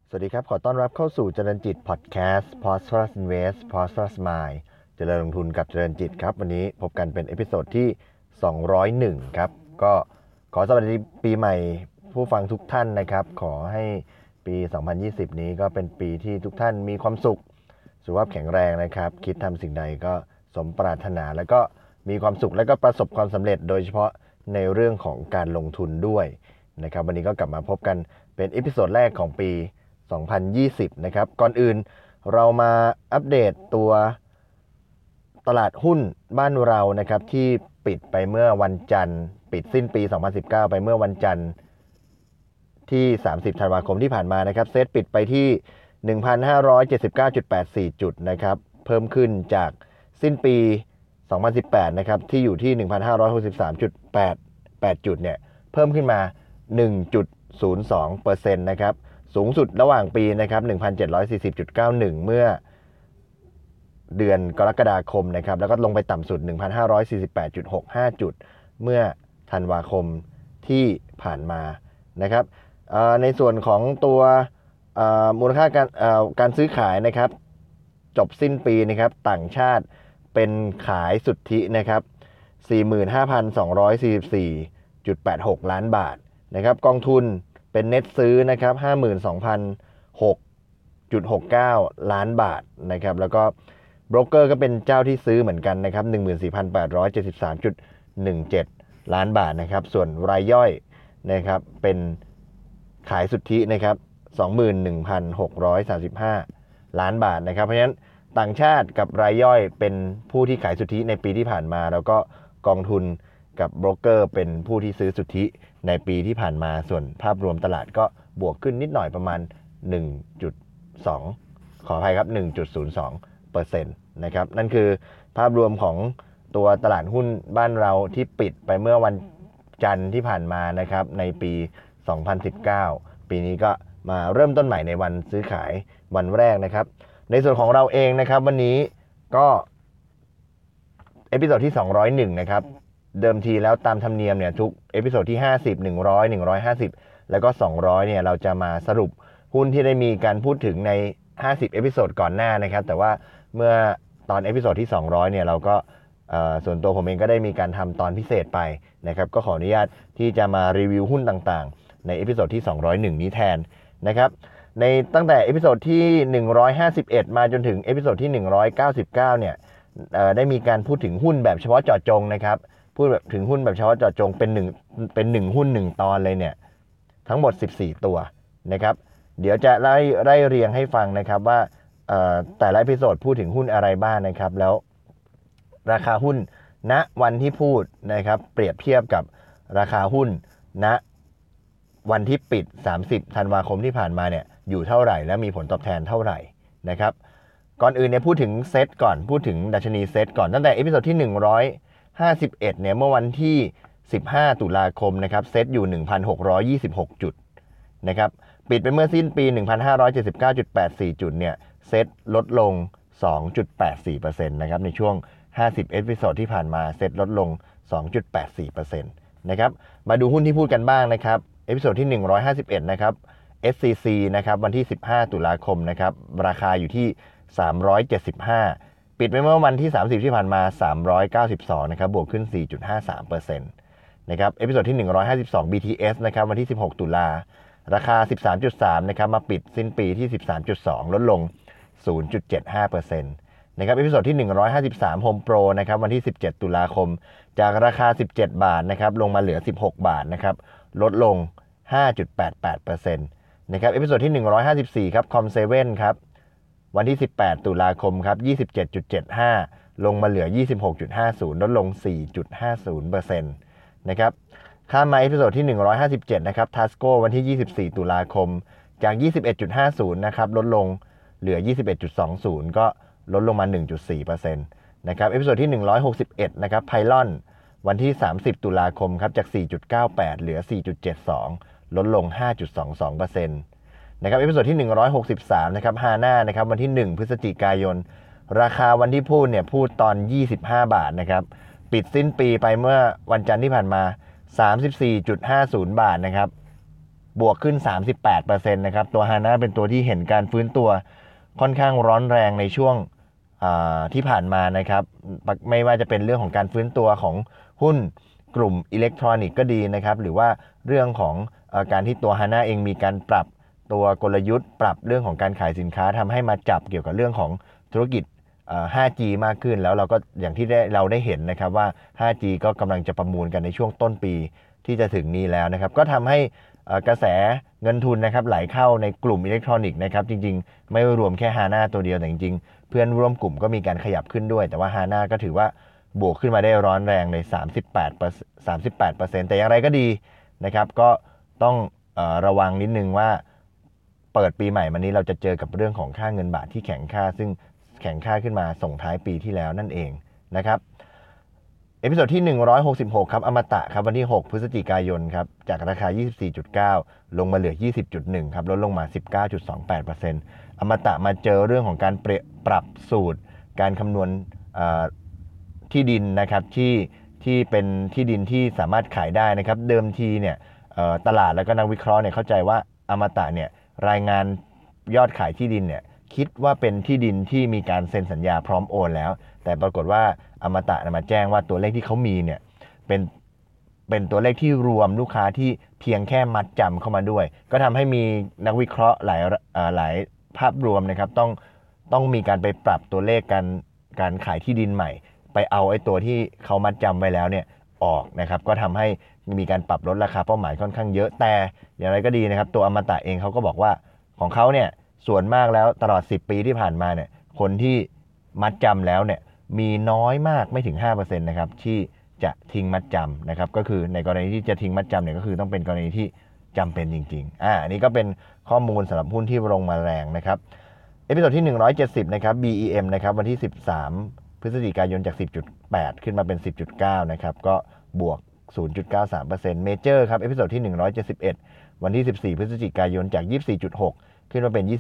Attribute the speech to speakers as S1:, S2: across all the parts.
S1: สวัสดีครับขอต้อนรับเข้าสู่เจริญจิตพอดแคสต์ Prosperous Invest Prosperous Mind เจริญลงทุนกับเจริญจิตครับวันนี้พบกันเป็นเอพิโซดที่201ครับก็ขอสวัสดีปีใหม่ผู้ฟังทุกท่านนะครับขอให้ปี2020นี้ก็เป็นปีที่ทุกท่านมีความสุขสุขภาพแข็งแรงนะครับคิดทำสิ่งใดก็สมปรารถนาแล้วก็มีความสุขและก็ประสบความสำเร็จโดยเฉพาะในเรื่องของการลงทุนด้วยนะครับวันนี้ก็กลับมาพบกันเป็นเอพิโซดแรกของปี2020นะครับก่อนอื่นเรามาอัปเดตตัวตลาดหุ้นบ้านเรานะครับที่ปิดไปเมื่อวันจันทร์ปิดสิ้นปี2019ไปเมื่อวันจันทร์ที่30ธันวาคมที่ผ่านมานะครับเซตปิดไปที่ 1,579.84 จุดนะครับเพิ่มขึ้นจากสิ้นปี2018นะครับที่อยู่ที่ 1,563.88 จุดเนี่ยเพิ่มขึ้นมา 1.02% นะครับสูงสุดระหว่างปีนะครับ 1,740.91 เมื่อเดือนกรกฎาคมนะครับแล้วก็ลงไปต่ำสุด 1,548.65 จุดเมื่อธันวาคมที่ผ่านมานะครับในส่วนของตัวมูลค่าการซื้อขายนะครับจบสิ้นปีนะครับต่างชาติเป็นขายสุทธินะครับ 45,244.86 ล้านบาทนะครับกองทุนเป็นเน็ตซื้อนะครับ 52,006.69 ล้านบาทนะครับแล้วก็โบรกเกอร์ก็เป็นเจ้าที่ซื้อเหมือนกันนะครับ 14,873.17 ล้านบาทนะครับส่วนรายย่อยนะครับเป็นขายสุทธินะครับ 21,635 ล้านบาทนะครับเพราะฉะนั้นต่างชาติกับรายย่อยเป็นผู้ที่ขายสุทธิในปีที่ผ่านมาแล้วก็กองทุนกับโบรกเกอร์เป็นผู้ที่ซื้อสุทธิในปีที่ผ่านมาส่วนภาพรวมตลาดก็บวกขึ้นนิดหน่อยประมาณ 1.2 ขออภัยครับ 1.02% นะครับนั่นคือภาพรวมของตัวตลาดหุ้นบ้านเราที่ปิดไปเมื่อวันจันทร์ที่ผ่านมานะครับในปี2019ปีนี้ก็มาเริ่มต้นใหม่ในวันซื้อขายวันแรกนะครับในส่วนของเราเองนะครับวันนี้ก็เอพิโซดที่201นะครับเดิมทีแล้วตามธรรมเนียมเนี่ยทุกเอพิโซดที่50 100 150แล้วก็200เนี่ยเราจะมาสรุปหุ้นที่ได้มีการพูดถึงใน50เอพิโซดก่อนหน้านะครับแต่ว่าเมื่อตอนเอพิโซดที่200เนี่ยเราก็ส่วนตัวผมเองก็ได้มีการทำตอนพิเศษไปนะครับก็ขออนุญาตที่จะมารีวิวหุ้นต่างๆในเอพิโซดที่201นี้แทนนะครับในตั้งแต่เอพิโซดที่151มาจนถึงเอพิโซดที่199เนี่ยได้มีการพูดถึงหุ้นแบบเฉพาะเจาะจงนะครับพูดแบบถึงหุ้นแบบเฉพาะเจาะจงเป็น1หุ้น1ตอนเลยเนี่ยทั้งหมด14ตัวนะครับเดี๋ยวจะไล่เรียงให้ฟังนะครับว่าแต่ละเอพิโซดพูดถึงหุ้นอะไรบ้างนะครับแล้วราคาหุ้นณวันที่พูดนะครับเปรียบเทียบกับราคาหุ้นณวันที่ปิด30ธันวาคมที่ผ่านมาเนี่ยอยู่เท่าไหร่และมีผลตอบแทนเท่าไหร่นะครับก่อนอื่นเนี่ยพูดถึงเซตก่อนพูดถึงดัชนีเซตก่อนตั้งแต่เอพิโซดที่151เนี่ยเมื่อวันที่15ตุลาคมนะครับเซตอยู่ 1,626 จุดนะครับปิดไปเมื่อสิ้นปี 1,579.84 จุดเนี่ยเซตลดลง 2.84% นะครับในช่วง50เอพิโซดที่ผ่านมาเซตลดลง 2.84% นะครับมาดูหุ้นที่พูดกันบ้างนะครับเอพิโซดที่151นะครับ SCC นะครับวันที่15ตุลาคมนะครับราคาอยู่ที่375ปิดไปเมื่อวันที่30ที่ผ่านมา392นะครับบวกขึ้น 4.53% นะครับเอพิโซดที่152 BTS นะครับวันที่16ตุลาราคา 13.3 นะครับมาปิดสิ้นปีที่ 13.2 ลดลง 0.75% นะครับเอพิโซดที่153 Home Pro นะครับวันที่17ตุลาคมจากราคา17บาทนะครับลงมาเหลือ16บาทนะครับลดลง 5.88% นะครับเอพิโซดที่154ครับ Com7 ครับวันที่18ตุลาคมครับ 27.75 ลงมาเหลือ 26.50 ลดลง 4.50% นะครับข้ามมาเอพิโซดที่157นะครับ Tasco วันที่24ตุลาคมจาก 21.50 นะครับลดลงเหลือ 21.20 ก็ลดลงมา 1.4% นะครับเอพิโซดที่161นะครับ Pylon วันที่30ตุลาคมครับจาก 4.98 เหลือ 4.72 ลดลง 5.22% นะครับเอพิโซดที่163นะครับ HANA นะครับวันที่1พฤศจิกายนราคาวันที่พูดเนี่ยพูดตอน25บาทนะครับปิดสิ้นปีไปเมื่อวันจันทร์ที่ผ่านมา 34.50 บาทนะครับบวกขึ้น 38% นะครับตัว HANA เป็นตัวที่เห็นการฟื้นตัวค่อนข้างร้อนแรงในช่วงที่ผ่านมานะครับไม่ว่าจะเป็นเรื่องของการฟื้นตัวของหุ้นกลุ่มอิเล็กทรอนิกส์ก็ดีนะครับหรือว่าเรื่องของการที่ตัว HANA เองมีการปรับตัวกลยุทธ์ปรับเรื่องของการขายสินค้าทำให้มาจับเกี่ยวกับเรื่องของธุรกิจ5G มากขึ้นแล้วเราก็อย่างที่เราได้เห็นนะครับว่า 5G ก็กำลังจะประมูลกันในช่วงต้นปีที่จะถึงนี้แล้วนะครับก็ทำให้กระแสเงินทุนนะครับไหลเข้าในกลุ่มอิเล็กทรอนิกส์นะครับจริงๆไม่รวมแค่ HANA ตัวเดียวแต่จริงๆเพื่อนร่วมกลุ่มก็มีการขยับขึ้นด้วยแต่ว่า HANA ก็ถือว่าบวกขึ้นมาได้ร้อนแรงใน38%แต่อย่างไรก็ดีนะครับก็ต้องระวังนิดนึงว่าเปิดปีใหม่มานี้เราจะเจอกับเรื่องของค่าเงินบาทที่แข็งค่าซึ่งแข็งค่าขึ้นมาส่งท้ายปีที่แล้วนั่นเองนะครับเอพิโซดที่166ครับอมตะครับวันที่6พฤศจิกายนครับจากราคา 24.9 ลงมาเหลือ 20.1 ครับลดลงมา 19.28% อมตะมาเจอเรื่องของการปรับสูตรการคำนวณที่ดินนะครับที่เป็นที่ดินที่สามารถขายได้นะครับเดิมทีเนี่ยตลาดแล้วก็นักวิเคราะห์เนี่ยเข้าใจว่าอมตะเนี่ยรายงานยอดขายที่ดินเนี่ยคิดว่าเป็นที่ดินที่มีการเซ็นสัญญาพร้อมโอนแล้วแต่ปรากฏว่าอมตะมาแจ้งว่าตัวเลขที่เขามีเนี่ยเป็นตัวเลขที่รวมลูกค้าที่เพียงแค่มัดจำเข้ามาด้วยก็ทำให้มีนักวิเคราะห์หลายภาพรวมนะครับต้องมีการไปปรับตัวเลขการขายที่ดินใหม่ไปเอาไอ้ตัวที่เขามัดจำไว้แล้วเนี่ยออกนะครับก็ทำให้มีการปรับลดราคาเป้าหมายค่อนข้างเยอะแต่อย่างไรก็ดีนะครับตัวอมตะเองเขาก็บอกว่าของเขาเนี่ยส่วนมากแล้วตลอด10 ปีที่ผ่านมาเนี่ยคนที่มัดจำแล้วเนี่ยมีน้อยมากไม่ถึง 5% นะครับที่จะทิ้งมัดจำนะครับก็คือในกรณีที่จะทิ้งมัดจำเนี่ยก็คือต้องเป็นกรณีที่จำเป็นจริงๆอันนี้ก็เป็นข้อมูลสำหรับหุ้นที่ลงมาแรงนะครับเอพิโซดที่170นะครับ BEM นะครับวันที่13พฤศจิกายนจาก 10.8 ขึ้นมาเป็น 10.9 นะครับก็บวก 0.93% Major ครับเอพิโซดที่171วันที่14พฤศจิกายนจาก 24.6 ขึ้นมาเป็น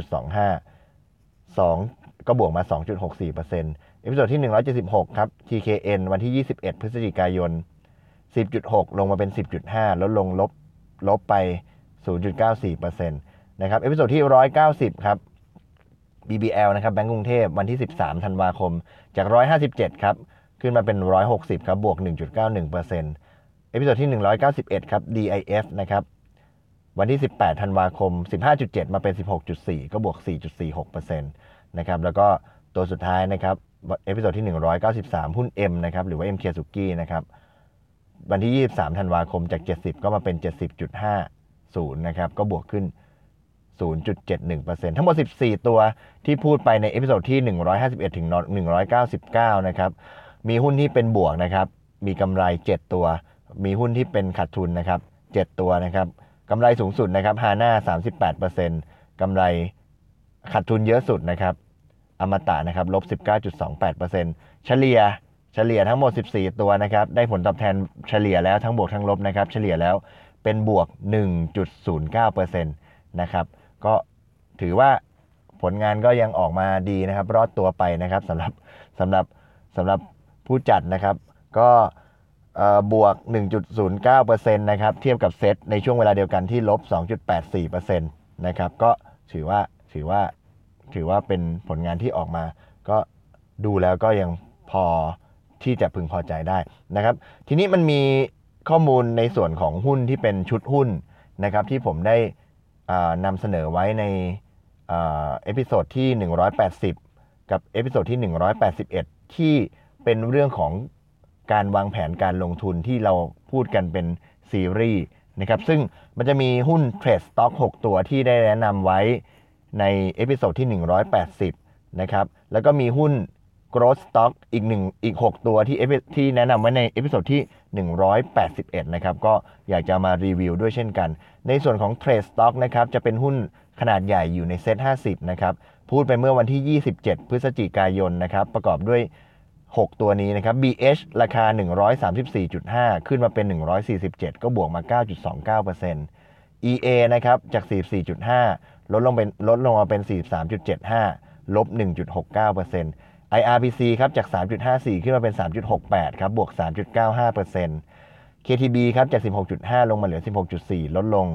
S1: 25.25 2ก็บวกมา 2.64% เอพิโซดที่176ครับ TKN วันที่21พฤศจิกายน 10.6 ลงมาเป็น 10.5 ลดลงลบไป 0.94% นะครับเอพิโซดที่190ครับ BBL นะครับแบงก์กรุงเทพวันที่13ธันวาคมจาก157ครับขึ้นมาเป็น160ครับบวก 1.91% เอพิโซดที่191ครับ DIF นะครับวันที่18ธันวาคม 15.7 มาเป็น 16.4 ก็บวก 4.46% นะครับแล้วก็ตัวสุดท้ายนะครับเอพิโซดที่193หุ้น M นะครับหรือว่า MK Suki นะครับวันที่23ธันวาคมจาก70ก็มาเป็น 70.50 นะครับก็บวกขึ้น 0.71% ทั้งหมด14ตัวที่พูดไปในเอพิโซดที่151ถึง199นะครับมีหุ้นที่เป็นบวกนะครับมีกำไร7ตัวมีหุ้นที่เป็นขาดทุนนะครับ7ตัวนะครับกำไรสูงสุดนะครับ HANA 38% กำไรขาดทุนเยอะสุดนะครับอมตะนะครับลบ 19.28% เฉลี่ยทั้งหมด14ตัวนะครับได้ผลตอบแทนเฉลี่ยแล้วทั้งบวกทั้งลบนะครับเฉลี่ยแล้วเป็นบวก 1.09% นะครับก็ถือว่าผลงานก็ยังออกมาดีนะครับรอดตัวไปนะครับสำหรับผู้จัดนะครับก็บวก 1.09% นะครับเทียบกับเซตในช่วงเวลาเดียวกันที่ลบ 2.84% นะครับก็ถือว่าเป็นผลงานที่ออกมาก็ดูแล้วก็ยังพอที่จะพึงพอใจได้นะครับทีนี้มันมีข้อมูลในส่วนของหุ้นที่เป็นชุดหุ้นนะครับที่ผมได้นำเสนอไว้ในเอพิโซดที่180กับเอพิโซดที่181ที่เป็นเรื่องของการวางแผนการลงทุนที่เราพูดกันเป็นซีรีส์นะครับซึ่งมันจะมีหุ้นเทรดสต็อก6ตัวที่ได้แนะนำไว้ในเอพิโซดที่180นะครับแล้วก็มีหุ้น growth stock อีก6ตัวที่แนะนำไว้ในเอพิโซดที่181นะครับก็อยากจะมารีวิวด้วยเช่นกันในส่วนของ trade stock นะครับจะเป็นหุ้นขนาดใหญ่อยู่ในเซ็ต50นะครับพูดไปเมื่อวันที่27พฤศจิกายนนะครับประกอบด้วย6ตัวนี้นะครับ BH ราคา 134.5 ขึ้นมาเป็น147ก็บวกมา 9.29% EA นะครับจาก 44.5 ลดลงมาเป็น 43.75 ลบ 1.69% IRPC ครับจาก 3.54 ขึ้นมาเป็น 3.68 ครับบวก 3.95% KTB ครับจาก 16.5 ลงมาเหลือ 16.4 ลดลง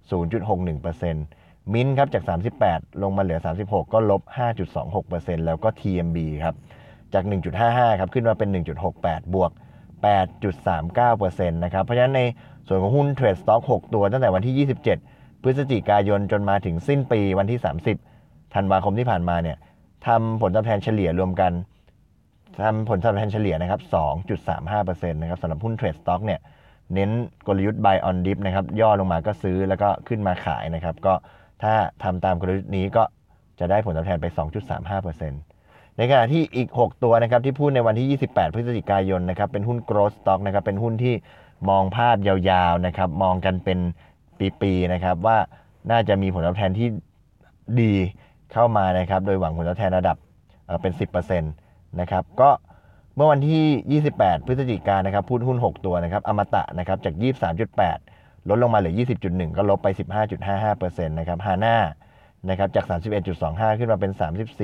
S1: 0.61%มิ้นครับจาก38ลงมาเหลือ36ก็ลบ 5.26% แล้วก็ TMB ครับจาก 1.55 ครับขึ้นมาเป็น 1.68 บวก 8.39% นะครับเพราะฉะนั้นในส่วนของหุ้นเทรดสต็อก6ตัวตั้งแต่วันที่27พฤศจิกายนจนมาถึงสิ้นปีวันที่30ธันวาคมที่ผ่านมาเนี่ยทำผลตอบแทนเฉลี่ยรวมกันทำผลตอบแทนเฉลี่ยนะครับ 2.35% นะครับสำหรับหุ้นเทรดสต็อกเนี่ยเน้นกลยุทธ์ buy on dip นะครับย่อลงมาก็ซื้อแล้วก็ขึ้นมาขายนะครับก็ถ้าทำตามกลยุทธ์นี้ก็จะได้ผลตอบแทนไป 2.35%ในขณะที่อีก6ตัวนะครับที่พูดในวันที่28พฤศจิกายนนะครับเป็นหุ้น growth stock นะครับเป็นหุ้นที่มองภาพยาวๆนะครับมองกันเป็นปีๆนะครับว่าน่าจะมีผลตอบแทนที่ดีเข้ามานะครับโดยหวังผลตอบแทนระดับเป็น 10% นะครับก็เมื่อวันที่28พฤศจิกายนนะครับพูดหุ้น6ตัวนะครับอมตะนะครับจาก 23.8 ลดลงมาเหลือ 20.1 ก็ลบไป 15.55% นะครับฮาน่านะครับจาก 31.25 ขึ้นมาเป็น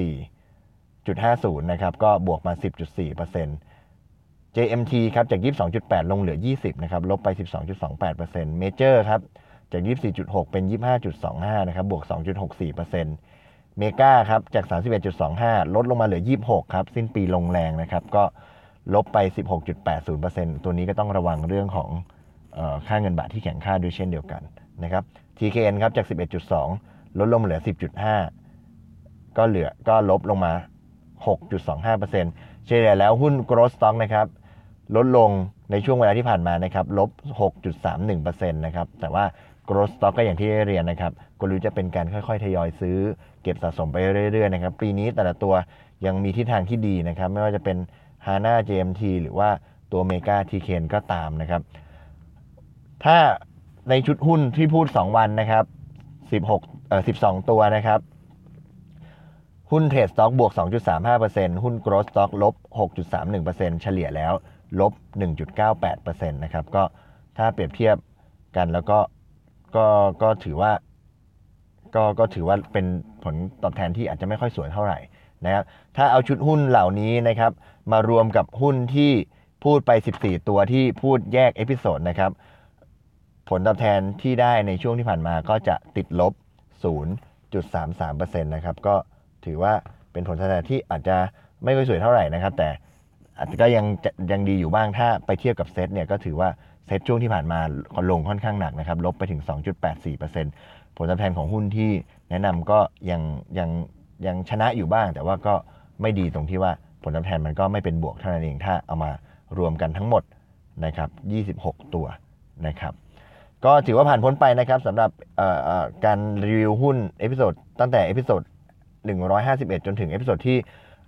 S1: 34.50 นะครับก็บวกมา 10.4% JMT ครับจาก 22.8 ลงเหลือ 20 นะครับลบไป 12.28% Major ครับจาก 24.6 เป็น 25.25 นะครับบวก 2.64% เมกาครับจาก 31.25 ลดลงมาเหลือ 26 ครับสิ้นปีลงแรงนะครับก็ลบไป 16.80% ตัวนี้ก็ต้องระวังเรื่องของค่าเงินบาทที่แข็งค่าด้วยเช่นเดียวกันนะครับ TKN ครับจาก 11.2 ลดลงมาเหลือ 10.5 ก็ลบลงมา 6.25% เฉลี่ยแล้วหุ้น Growth Stock นะครับลดลงในช่วงเวลาที่ผ่านมานะครับลบ 6.31% นะครับแต่ว่า Growth Stock ก็อย่างที่เรียนนะครับกลยุทธ์จะเป็นการค่อยๆทยอยซื้อเก็บสะสมไปเรื่อยๆนะครับปีนี้แต่ละตัวยังมีทิศทางที่ดีนะครับไม่ว่าจะเป็น HANA JMT หรือว่าตัว Mega TKN ก็ตามนะครับถ้าในชุดหุ้นที่พูด2วันนะครับ12ตัวนะครับหุ้นเทรดสต็อกบวก 2.35% หุ้น Growth Stock ลบ 6.31% เฉลี่ยแล้วลบ 1.98% นะครับก็ถ้าเปรียบเทียบกันแล้วก็ถือว่าก็ถือว่าเป็นผลตอบแทนที่อาจจะไม่ค่อยสวยเท่าไหร่นะครับถ้าเอาชุดหุ้นเหล่านี้นะครับมารวมกับหุ้นที่พูดไป14ตัวที่พูดแยกเอพิโซดนะครับผลตอบแทนที่ได้ในช่วงที่ผ่านมาก็จะติดลบ 0.33% นะครับก็ถือว่าเป็นผลตอบแทนที่อาจจะไม่ค่อยสวยเท่าไหร่นะครับแต่อาจจะก็ยังดีอยู่บ้างถ้าไปเทียบกับเซตเนี่ยก็ถือว่าเซตช่วงที่ผ่านมาลงค่อนข้างหนักนะครับลบไปถึง 2.84% ผลตอบแทนของหุ้นที่แนะนำก็ยังชนะอยู่บ้างแต่ว่าก็ไม่ดีตรงที่ว่าผลตอบแทนมันก็ไม่เป็นบวกเท่านั้นเองถ้าเอามารวมกันทั้งหมดนะครับ26ตัวนะครับก็ถือว่าผ่านพ้นไปนะครับสำหรับการรีวิวหุ้นเอพิโซดตั้งแต่เอพิโซด151จนถึงเอพิโซดที่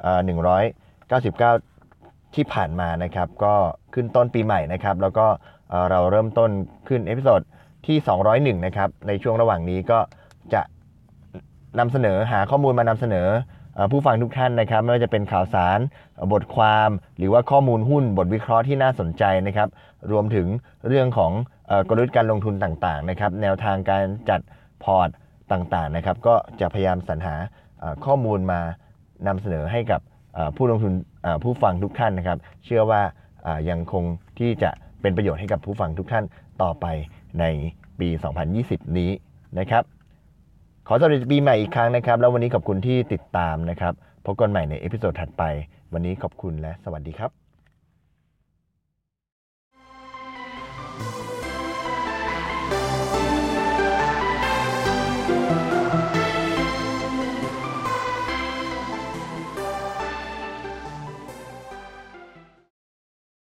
S1: 199ที่ผ่านมานะครับก็ขึ้นต้นปีใหม่นะครับแล้วก็เราเริ่มต้นขึ้นเอพิโซดที่201นะครับในช่วงระหว่างนี้ก็จะนำเสนอหาข้อมูลมานำเสนอผู้ฟังทุกท่านนะครับไม่ว่าจะเป็นข่าวสารบทความหรือว่าข้อมูลหุ้นบทวิเคราะห์ที่น่าสนใจนะครับรวมถึงเรื่องของกลยุทธ์การลงทุนต่างๆนะครับแนวทางการจัดพอร์ตต่างๆนะครับก็จะพยายามสรรหาข้อมูลมานำเสนอให้กับผู้ลงทุนผู้ฟังทุกท่านนะครับเชื่อว่ายังคงที่จะเป็นประโยชน์ให้กับผู้ฟังทุกท่านต่อไปในปี 2020 นี้นะครับขอสวัสดีปีใหม่อีกครั้งนะครับแล้ววันนี้ขอบคุณที่ติดตามนะครับพบกันใหม่ในเอพิโซดถัดไปวันนี้ขอบคุณและสวัสดีครับ